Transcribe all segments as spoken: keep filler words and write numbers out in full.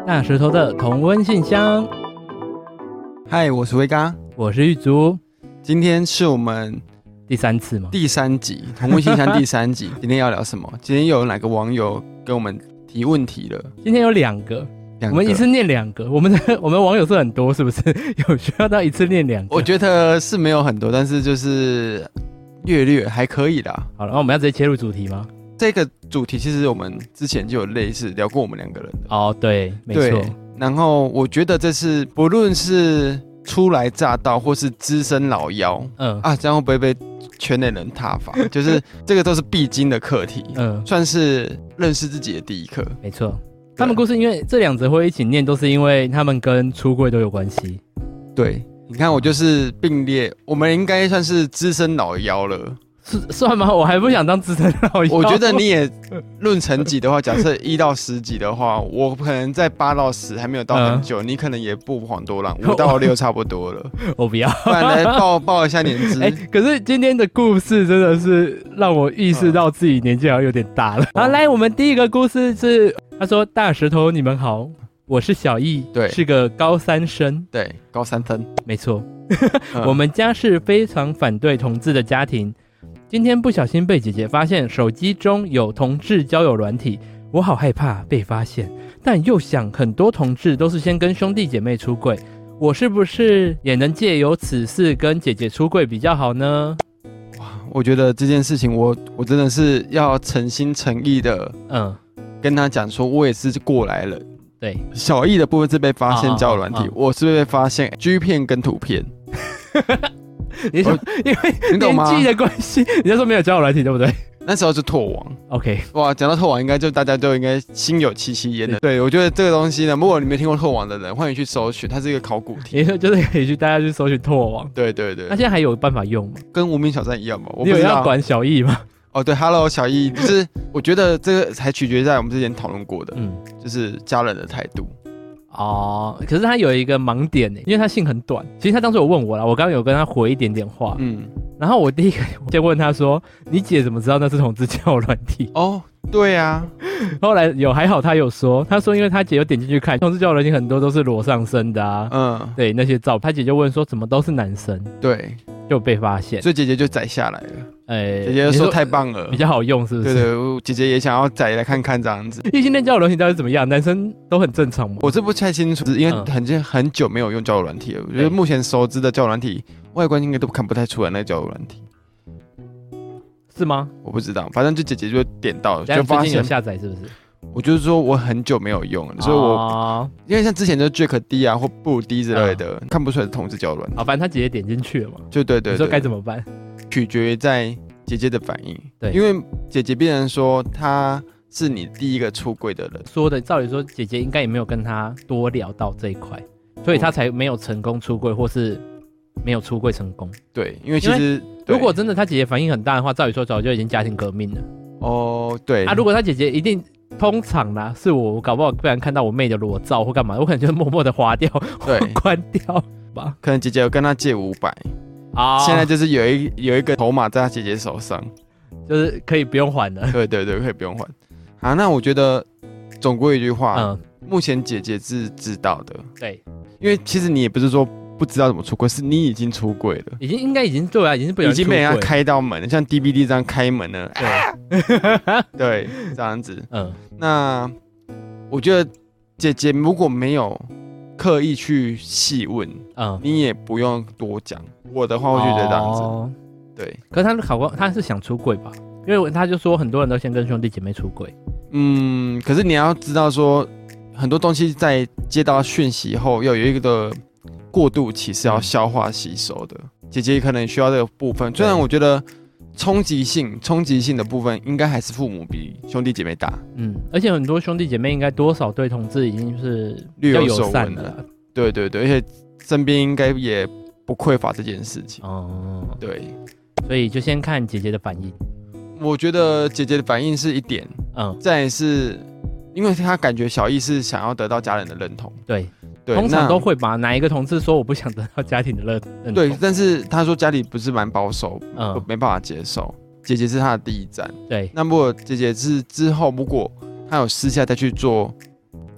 大石头的同温信箱。 嗨，我是威嘎， 我是玉竹。 今天是我们第三次吗？ 第三集同温信箱第三集。今天要聊什么？今天有哪个网友跟我们提问题了？ 今天有两个， 两个我们一次念两个。我们的我们网友是很多，是不是？有需要到一次念两个？ 我觉得是没有很多，但是就是略略还可以啦。 好了，那我们要直接切入主题吗？ 这个主题其实我们之前就有类似聊过我们两个人的。 哦，对，没错。 然后我觉得这是不论是初来乍到或是资深老妖，嗯啊，这样会不会被圈内人挞伐？就是这个都是必经的课题，嗯，算是认识自己的第一课。 没错，他们故事因为这两则会一起念，都是因为他们跟出柜都有关系。 对，你看我就是并列，我们应该算是资深老妖了。 是算吗？我还不想当资深老妖。 我觉得你也论成绩的话，假设一到十级的话，我可能在八到十还没有到很久，嗯、你可能也不遑多让，五到六差不多了。 我不要， 不然来报报一下年资。 欸。可是今天的故事真的是让我意识到自己年纪好像有点大了。好，来，我们第一个故事是，他说：“大石头，你们好，我是小易， 对， 是个高三生， 对，高三分， 没错。嗯、我们家是非常反对同志的家庭。”今天不小心被姐姐发现手机中有同志交友软体，我好害怕被发现，但又想很多同志都是先跟兄弟姐妹出柜，我是不是也能借由此事跟姐姐出柜比较好呢？ 哇，我觉得这件事情我我真的是要诚心诚意的，嗯，跟他讲说，我也是过来人。 对， 小易的部分是被发现交友软体，哦哦哦我是被发现 G 片跟图片。 你说，因为年纪的关系，你就说没有交友软体，对不对？ 那时候是拓网 ，OK， 哇，讲到拓网，应该就大家都应该心有戚戚焉的。对，我觉得这个东西呢，如果你没听过拓网的人，欢迎去搜寻，它是一个考古题， 也就是可以去大家去搜寻拓网。 对对对， 那现在还有办法用吗？ 跟无名小站一样吗？我不知道你有要管小易吗？ 哦，对 ，Hello 小易，就是我觉得这个还取决在我们之前讨论过的，嗯，就是家人的态度。 哦，可是他有一个盲点呢，因为他姓很短。其实他当初有问我啦，我刚刚有跟他回一点点话，嗯，然后我第一个先问他说：“你姐怎么知道那是同志交友软体？” 哦，对啊。 后来有还好他有说，他说因为他姐有点进去看，同志交友软体很多都是裸上身的啊，嗯，对那些照，他姐就问说怎么都是男生， 对， 就被发现， 所以姐姐就载下来了。哎、欸，姐姐就说太棒了， 比较好用，是不是？ 对对，姐姐也想要载来看看这样子。 异性恋交友软体到底怎么样？男生都很正常吗？ 我这不太清楚，因为很久很久没有用交友软体了。我觉得目前熟知的交友软体，外观应该都看不太出来那个交友软体， 是吗？ 我不知道，反正就姐姐就点到了，就发现有下载是不是？ 我就是说我很久没有用了，所以我、哦、因为像之前的 Jack D 啊或布鲁 D 之类的，嗯、看不出来是同志交友软体。 好，反正他姐姐点进去了嘛， 就对 对, 对， 你说该怎么办？ 取决于在姐姐的反应。 对， 因为姐姐必然说她是你第一个出柜的人， 说的照理说姐姐应该也没有跟她多聊到这一块，所以她才没有成功出柜，或是没有出柜成功。 对，因为其实如果真的她姐姐反应很大的话，照理说早就已经家庭革命了。 哦，对啊，如果她姐姐一定。通常啦，是我，我搞不好不然看到我妹的裸照或干嘛，我可能就默默的滑掉，对，关掉吧。 可能姐姐有跟她借五百，啊，现在就是有一有一个筹码在她姐姐手上， 就是可以不用还的。 对对对，可以不用还。啊，那我觉得总归一句话，嗯，目前姐姐是知道的， 对， 因为其实你也不是说不知道怎么出柜，是你已经出柜了， 已经应该已经对啊，已经不已经被人家开到门了，像 D V D 这样开门了，对，啊、对，这样子，嗯，那我觉得姐姐如果没有刻意去细问，嗯，你也不用多讲。我的话，我觉得这样子，哦、对。 可是他考过，他是想出柜吧？因为他就说很多人都先跟兄弟姐妹出柜， 嗯，可是你要知道说，很多东西在接到讯息后，要有一个过渡期是要消化吸收的，姐姐可能需要这个部分。虽然我觉得冲击性、冲击性的部分应该还是父母比兄弟姐妹大， 嗯，而且很多兄弟姐妹应该多少对同志已经是比较友善的了， 对对对，而且身边应该也不匮乏这件事情，哦，对， 所以就先看姐姐的反应。 我觉得姐姐的反应是一点，嗯，再来是因为她感觉小易是想要得到家人的认同， 对。对，通常都会吧。哪一个同志说我不想得到家庭的认同？ 对，但是他说家里不是蛮保守，嗯，没办法接受。姐姐是他的第一站， 对。 那如果姐姐是之后，如果他有私下再去做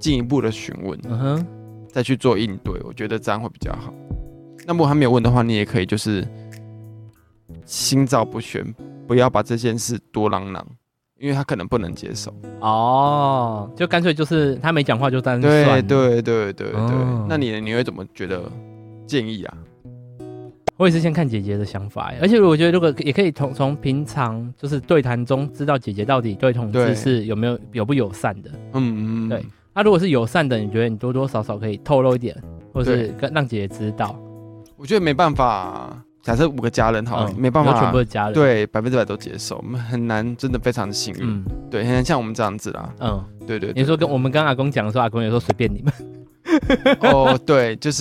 进一步的询问， 嗯哼， 再去做应对，我觉得这样会比较好。那如果他没有问的话，你也可以就是心照不宣，不要把这件事多嚷嚷，因为他可能不能接受。 哦，就干脆就是他没讲话就当算了。 对对对对对， 哦、 那你你会怎么觉得建议啊？ 我也是先看姐姐的想法，而且我觉得如果也可以从从平常就是对谈中知道姐姐到底对同志是有没有有不友善的。 嗯嗯， 对。那、啊、如果是友善的，你觉得你多多少少可以透露一点，或是跟让姐姐知道？ 我觉得没办法，假设五个家人好了，嗯、没办法全部的家人对百分之百都接受，我们很难，真的非常的幸运。嗯，对，很难像我们这样子啦。嗯，对 对, 对。 你说跟我们跟阿公讲的时候，阿公也说随便你们。 哦，对，就是。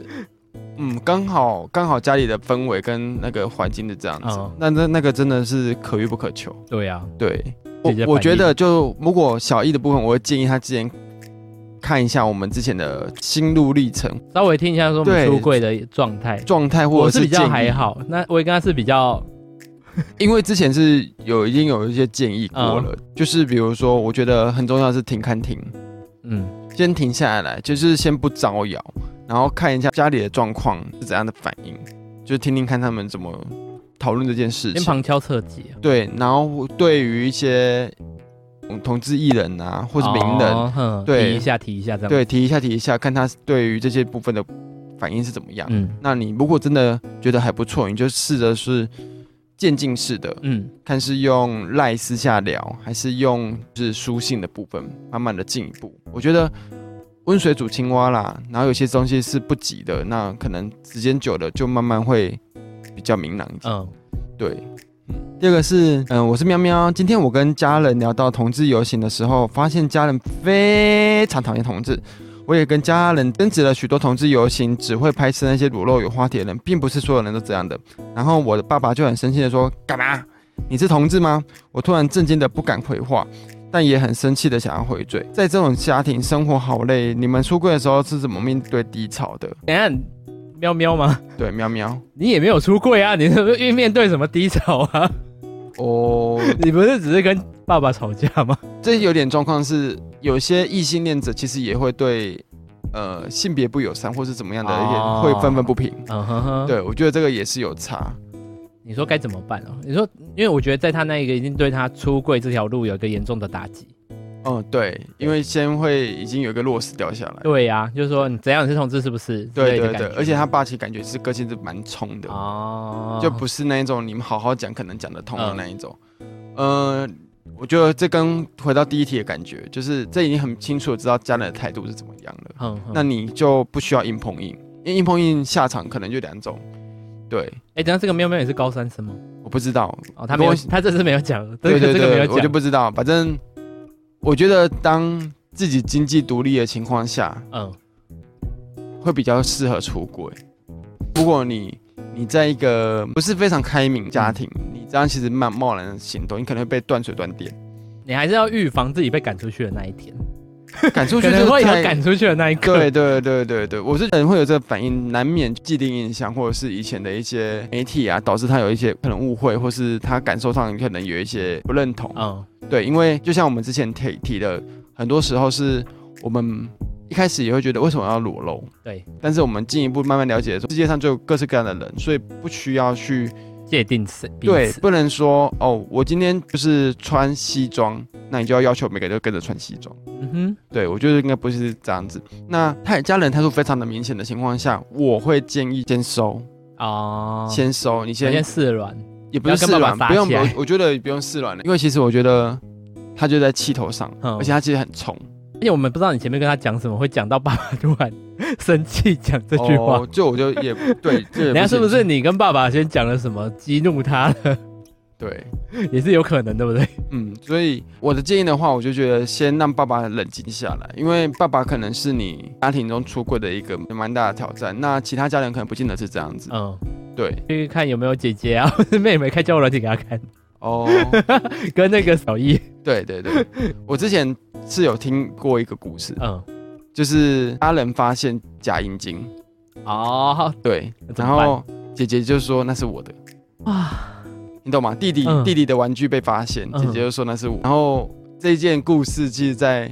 嗯，刚好刚好家里的氛围跟那个环境是这样子，嗯、那那那个真的是可遇不可求。 对啊， 对，我我觉得就如果小一的部分，我会建议他之前看一下我们之前的心路历程， 稍微听一下说我们出柜的状态状态，或者是我是比较还好，那我也跟他是比较， 因为之前是有已经有一些建议过了，嗯、就是比如说，我觉得很重要的是停看停，嗯，先停下来，就是先不招摇。然后看一下家里的状况是怎样的反应，就是听听看他们怎么讨论这件事情。 先旁敲侧击。 对，然后对于一些同志艺人啊，或是名人， 哦、对，提一下提一下这样。 对，提一下提一下，看他对于这些部分的反应是怎么样。嗯，那你如果真的觉得还不错，你就试着是渐进式的，嗯，看是用赖私下聊，还是用就是书信的部分，慢慢的进一步。我觉得。温水煮青蛙啦，然后有些东西是不急的，那可能时间久了就慢慢会比较明朗一点。嗯，对。嗯、第二个是，嗯，我是喵喵。今天我跟家人聊到同志游行的时候，发现家人非常讨厌同志。我也跟家人争执了许多同志游行只会拍摄那些裸露有花体的人，并不是所有人都这样的。然后我的爸爸就很生气的说：“干嘛？你是同志吗？”我突然震惊的不敢回话。但也很生气的想要回嘴，在这种家庭生活好累，你们出柜的时候是怎么面对低潮的？ 等一下，喵喵吗？ 对，喵喵， 你也没有出柜啊，你是不是面对什么低潮啊？ 哦， 你不是只是跟爸爸吵架吗？ 这有点状况是，有些异性恋者其实也会对呃性别不友善或是怎么样的，哦、会愤愤不平。嗯哼哼，对，我觉得这个也是有差。 你说该怎么办哦？你说，因为我觉得在他那一个一定对他出柜这条路有一个严重的打击。 嗯，对，因为先会已经有一个落石掉下来。 对呀、啊，就是说你怎样你是同志是不是？ 对对对，而且他爸其实感觉是个性是蛮冲的哦，就不是那一种你们好好讲可能讲得通的那一种。嗯、呃，我觉得这跟回到第一题的感觉，就是这已经很清楚的知道家人的态度是怎么样了。嗯，那你就不需要硬碰硬，因为硬碰硬下场可能就两种。对， 哎、欸，等一下这个喵喵也是高三生吗？ 我不知道哦， 他没有，他这次没有讲， 对对对， 这个没有讲， 我就不知道。反正我觉得当自己经济独立的情况下，嗯，会比较适合出柜。如果你你在一个不是非常开明家庭，嗯、你这样其实蛮贸然的行动，你可能会被断水断电。 你还是要预防自己被赶出去的那一天。 赶出去可能会有赶出去的那一刻。 对对对对对，我是人会有这个反应，难免既定印象或者是以前的一些媒体啊，导致他有一些可能误会，或是他感受上可能有一些不认同。嗯，对，因为就像我们之前提提的，很多时候是我们一开始也会觉得为什么要裸露？对，但是我们进一步慢慢了解的时候，世界上就有各式各样的人，所以不需要去界定彼此。 对，不能说哦，我今天就是穿西装，那你就要要求每个人都跟着穿西装。嗯哼，对，我觉得应该不是这样子。那他家人态度非常的明显的情况下，我会建议先收哦，先收，你先先示软， 也不是示软，不用，我我觉得不用示软了，因为其实我觉得他就在气头上，嗯、而且他其实很冲。 而且我们不知道你前面跟他讲什么，会讲到爸爸突然生气讲这句话， 哦、就我就也对， 人家是不是你跟爸爸先讲了什么激怒他了？ 对， 也是有可能，对不对？ 嗯，所以我的建议的话，我就觉得先让爸爸冷静下来，因为爸爸可能是你家庭中出柜的一个蛮大的挑战，那其他家人可能不见得是这样子。嗯，对，去看有没有姐姐啊或者妹妹开交友软体给他看。 哦， 跟那个小易， 对对对，我之前是有听过一个故事，嗯，就是家人发现假阴茎，哦，对，然后姐姐就说那是我的，啊。你懂吗？弟弟、嗯、弟弟的玩具被发现，姐姐就说那是我。然后这件故事，其实在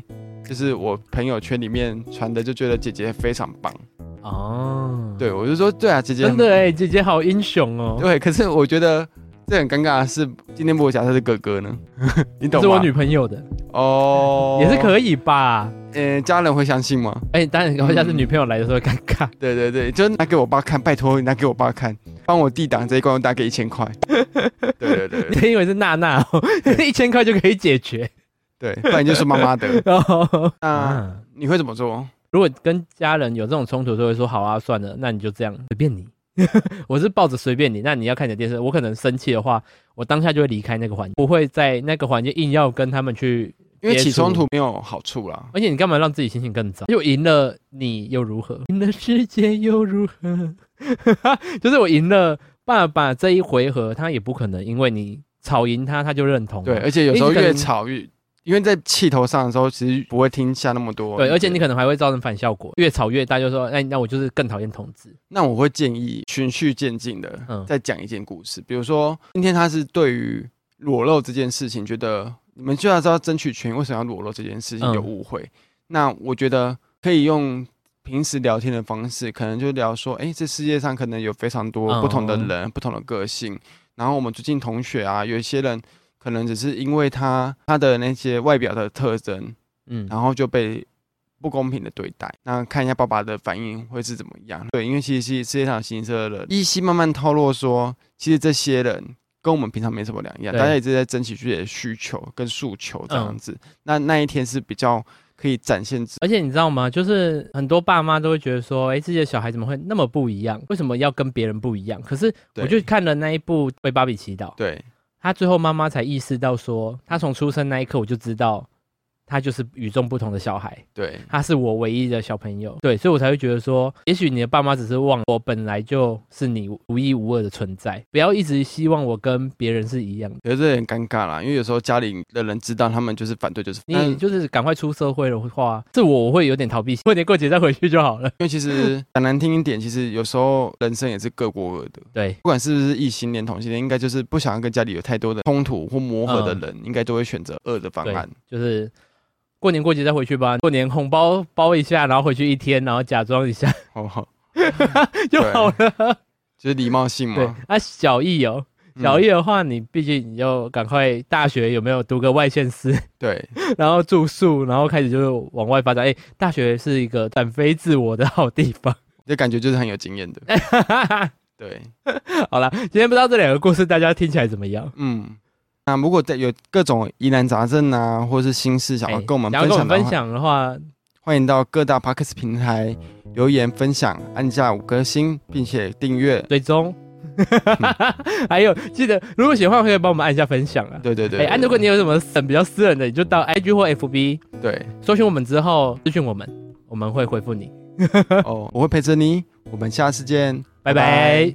就是我朋友圈里面传的，就觉得姐姐非常棒。 哦， 对，我就说对啊，姐姐真的哎，姐姐好英雄哦。 对，可是我觉得这很尴尬的是，今天如果假设是哥哥呢？你懂吗？ 是我女朋友的哦，也是可以吧？ 呃，家人会相信吗？ 哎、欸，当然，下次女朋友来的时候会尴尬。嗯、 对对对，就拿给我爸看，拜托你拿给我爸看，帮我弟挡这一关，我打给一千块。对对对， 你以为是娜娜哦？一千块就可以解决？ 对，不然就是妈妈的。那你会怎么做？ 如果跟家人有这种冲突，都会说好啊，算了，那你就这样，随便你。我是抱着随便你，那你要看你的电视。我可能生气的话，我当下就会离开那个环境，不会在那个环境硬要跟他们去。 因为起冲突没有好处啦， 而且你干嘛让自己心情更糟？就赢了你又如何？赢了世界又如何？就是我赢了爸爸这一回合，他也不可能因为你吵赢他，他就认同。 对，而且有时候越吵越，因为在气头上的时候，其实不会听下那么多。 对，而且你可能还会造成反效果，越吵越大，就说，哎，那我就是更讨厌同志。 那我会建议循序渐进的，嗯，再讲一件故事，比如说今天他是对于裸露这件事情觉得。你们就要知道争取权益为什么要裸露这件事情有误会、嗯，那我觉得可以用平时聊天的方式，可能就聊说，哎、欸，这世界上可能有非常多不同的人、嗯、不同的个性，然后我们最近同学啊，有一些人可能只是因为他他的那些外表的特征，嗯，然后就被不公平的对待，那看一下爸爸的反应会是怎么样？对，因为其实世界上有形色的人，依稀慢慢透露说，其实这些人。跟我们平常没什么两样，大家一直在争取自己的需求跟诉求这样子、嗯。那那一天是比较可以展现自己。 而且你知道吗？就是很多爸妈都会觉得说，哎、欸，自己的小孩怎么会那么不一样？为什么要跟别人不一样？可是我就看了那一部《为芭比祈祷》， 对， 他最后妈妈才意识到说，他从出生那一刻我就知道。他就是与众不同的小孩， 对， 他是我唯一的小朋友，对，所以我才会觉得说，也许你的爸妈只是忘了我本来就是你独一无二的存在，不要一直希望我跟别人是一样的。 可是这很尴尬啦，因为有时候家里的人知道，他们就是反对，就是你就是赶快出社会的话，是我我会有点逃避，过年过节再回去就好了。 因为其实讲难听一点，其实有时候人生也是各过各的， 对， 不管是不是异性恋、同性恋，应该就是不想要跟家里有太多的冲突或磨合的人，嗯、应该都会选择恶的方案， 就是。过年过节再回去吧，过年红包包一下，然后回去一天，然后假装一下，哦，就好了， 就是礼貌性嘛。 对，啊，小易哦，小易的话，你毕竟你就赶快大学有没有读个外县市？ 对，然后住宿，然后开始就往外发展。哎、欸，大学是一个展飞自我的好地方， 这感觉就是很有经验的。对， 好啦，今天不知道这两个故事大家听起来怎么样？嗯。 那如果有各种疑难杂症啊，或是心事想要跟我们分享的话， 欸、分享的话， 欢迎到各大 Podcast 平台留言分享，按下五颗星，并且订阅追踪。嗯、还有记得，如果喜欢可以帮我们按下分享啊。 对对 对, 对, 对, 对。 哎、欸，如果你有什么很比较私人的，你就到 I G 或 F B 对搜寻我们之后私讯我们，我们会回复你。 哦，我会陪着你，我们下次见， 拜拜。拜拜。